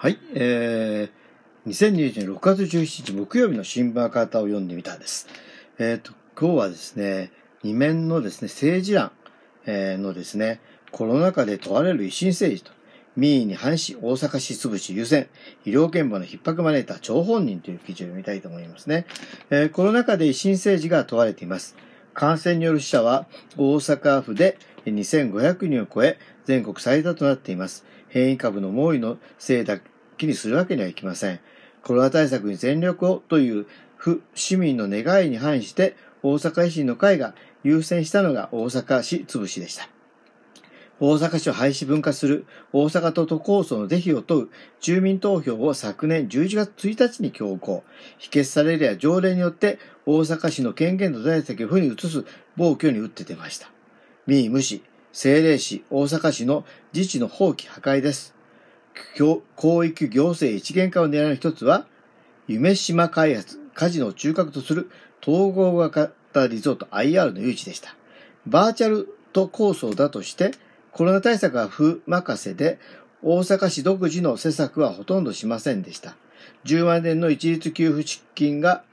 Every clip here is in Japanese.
はい、2021年6月17日木曜日の新聞赤旗を読んでみたです。今日はですね、2面のですね、政治欄、のですね、コロナ禍で問われる維新政治と、民意に反し大阪市潰し優先、医療現場の逼迫招いた張本人という記事を読みたいと思いますね。コロナ禍で維新政治が問われています。感染による死者は大阪府で2500人を超え、全国最多となっています。変異株の猛威のせいだけにするわけにはいきません。コロナ対策に全力をという市民の願いに反して大阪維新の会が優先したのが大阪市潰しでした。大阪市を廃止分化する大阪都都構想の是非を問う住民投票を昨年11月1日に強行。否決されるや条例によって大阪市の権限と財政を負に移す暴挙に打って出ました。民意無視、政令市、大阪市の自治の放棄破壊です。広域行政一元化を狙う一つは、夢島開発、カジノを中核とする統合型リゾート IR の誘致でした。バーチャル都構想だとして、コロナ対策は府任せで、大阪市独自の施策はほとんどしませんでした。10万円の一律給付支給が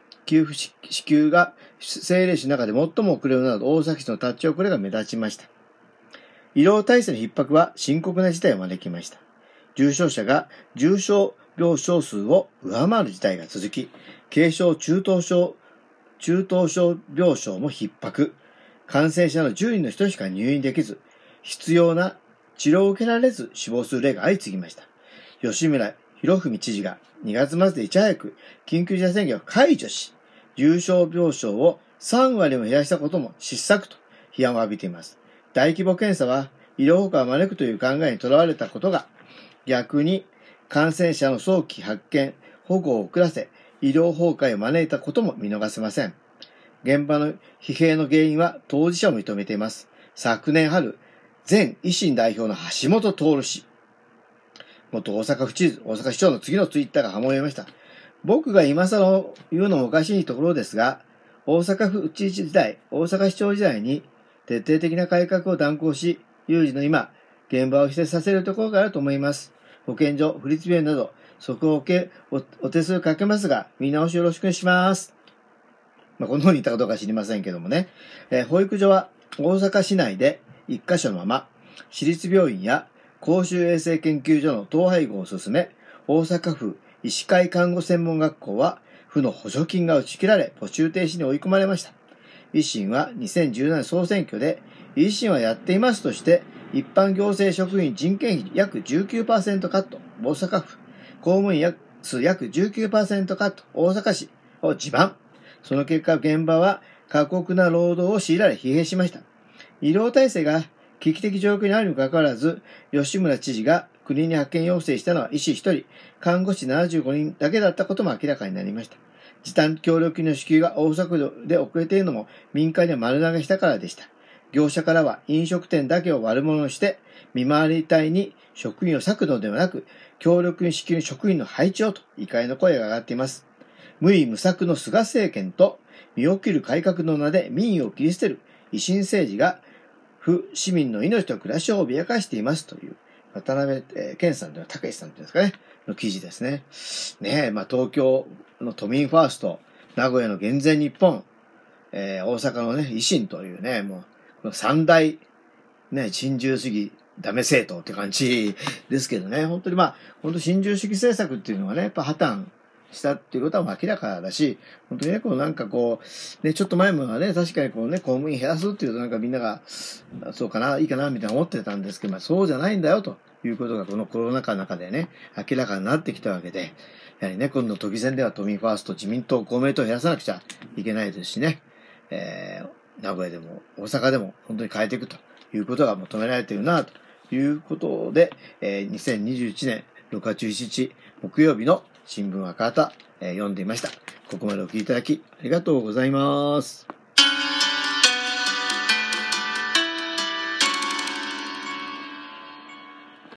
政令市の中で最も遅れるなど大阪市の立ち遅れが目立ちました。医療体制の逼迫は深刻な事態を招きました。重症者が重症病床数を上回る事態が続き、軽症・中等症病床も逼迫。感染者の10人の1人しか入院できず、必要な治療を受けられず死亡する例が相次ぎました。吉村洋文知事が2月末でいち早く緊急事態宣言を解除し、重症病床を3割も減らしたことも失策と批判を浴びています。大規模検査は医療崩壊を招くという考えにとらわれたことが、逆に感染者の早期発見、保護を遅らせ、医療崩壊を招いたことも見逃せません。現場の疲弊の原因は当事者も認めています。昨年春、前維新代表の橋本徹氏、元大阪府知事、大阪市長の次のツイッターが波紋を呼びました。僕が今更言うのもおかしいところですが、大阪府知事時代、大阪市長時代に徹底的な改革を断行し、有事の今、現場を否定させるところがあると思います。保健所、府立病院など、そこをお手数かけますが、見直しよろしくします。このように言ったかどうか知りませんけどもね。保育所は大阪市内で1カ所のまま、市立病院や公衆衛生研究所の統廃合を進め、大阪府医師会看護専門学校は、府の補助金が打ち切られ、募集停止に追い込まれました。維新は2017年総選挙で、維新はやっていますとして、一般行政職員人件費約 19% カット、大阪府、公務員数約 19% カット、大阪市を自慢。その結果、現場は過酷な労働を強いられ疲弊しました。医療体制が危機的状況にあるにもかかわらず、吉村知事が国に派遣要請したのは医師1人、看護師75人だけだったことも明らかになりました。時短協力金の支給が大阪府で遅れているのも民間には丸投げしたからでした。業者からは飲食店だけを悪者にして、見回り隊に職員を割くのではなく、協力に支給職員の配置をと怒りの声が上がっています。無為無策の菅政権と身を切る改革の名で民意を切り捨てる維新政治が、市民の命と暮らしを脅かしていますという、渡辺健さんという高市さんというんですかね、の記事ですね。東京の都民ファースト、名古屋の減税日本、大阪のね、維新というね、もう、この三大、ね、新自由主義ダメ政党って感じですけどね、本当に本当新自由主義政策っていうのはね、やっぱ破綻したっていうことは明らかだし、本当にね、ちょっと前もね、確かに公務員減らすっていうとみんなが、そうかな、いいかな、みたいな思ってたんですけど、そうじゃないんだよ、ということがこのコロナ禍の中でね、明らかになってきたわけで、やはりね、今度都議選では都民ファースト、自民党、公明党を減らさなくちゃいけないですしね、名古屋でも大阪でも本当に変えていくということが求められているな、ということで、2021年6月17日木曜日の新聞赤旗、読んでいました。ここまでお聞きいただきありがとうございます。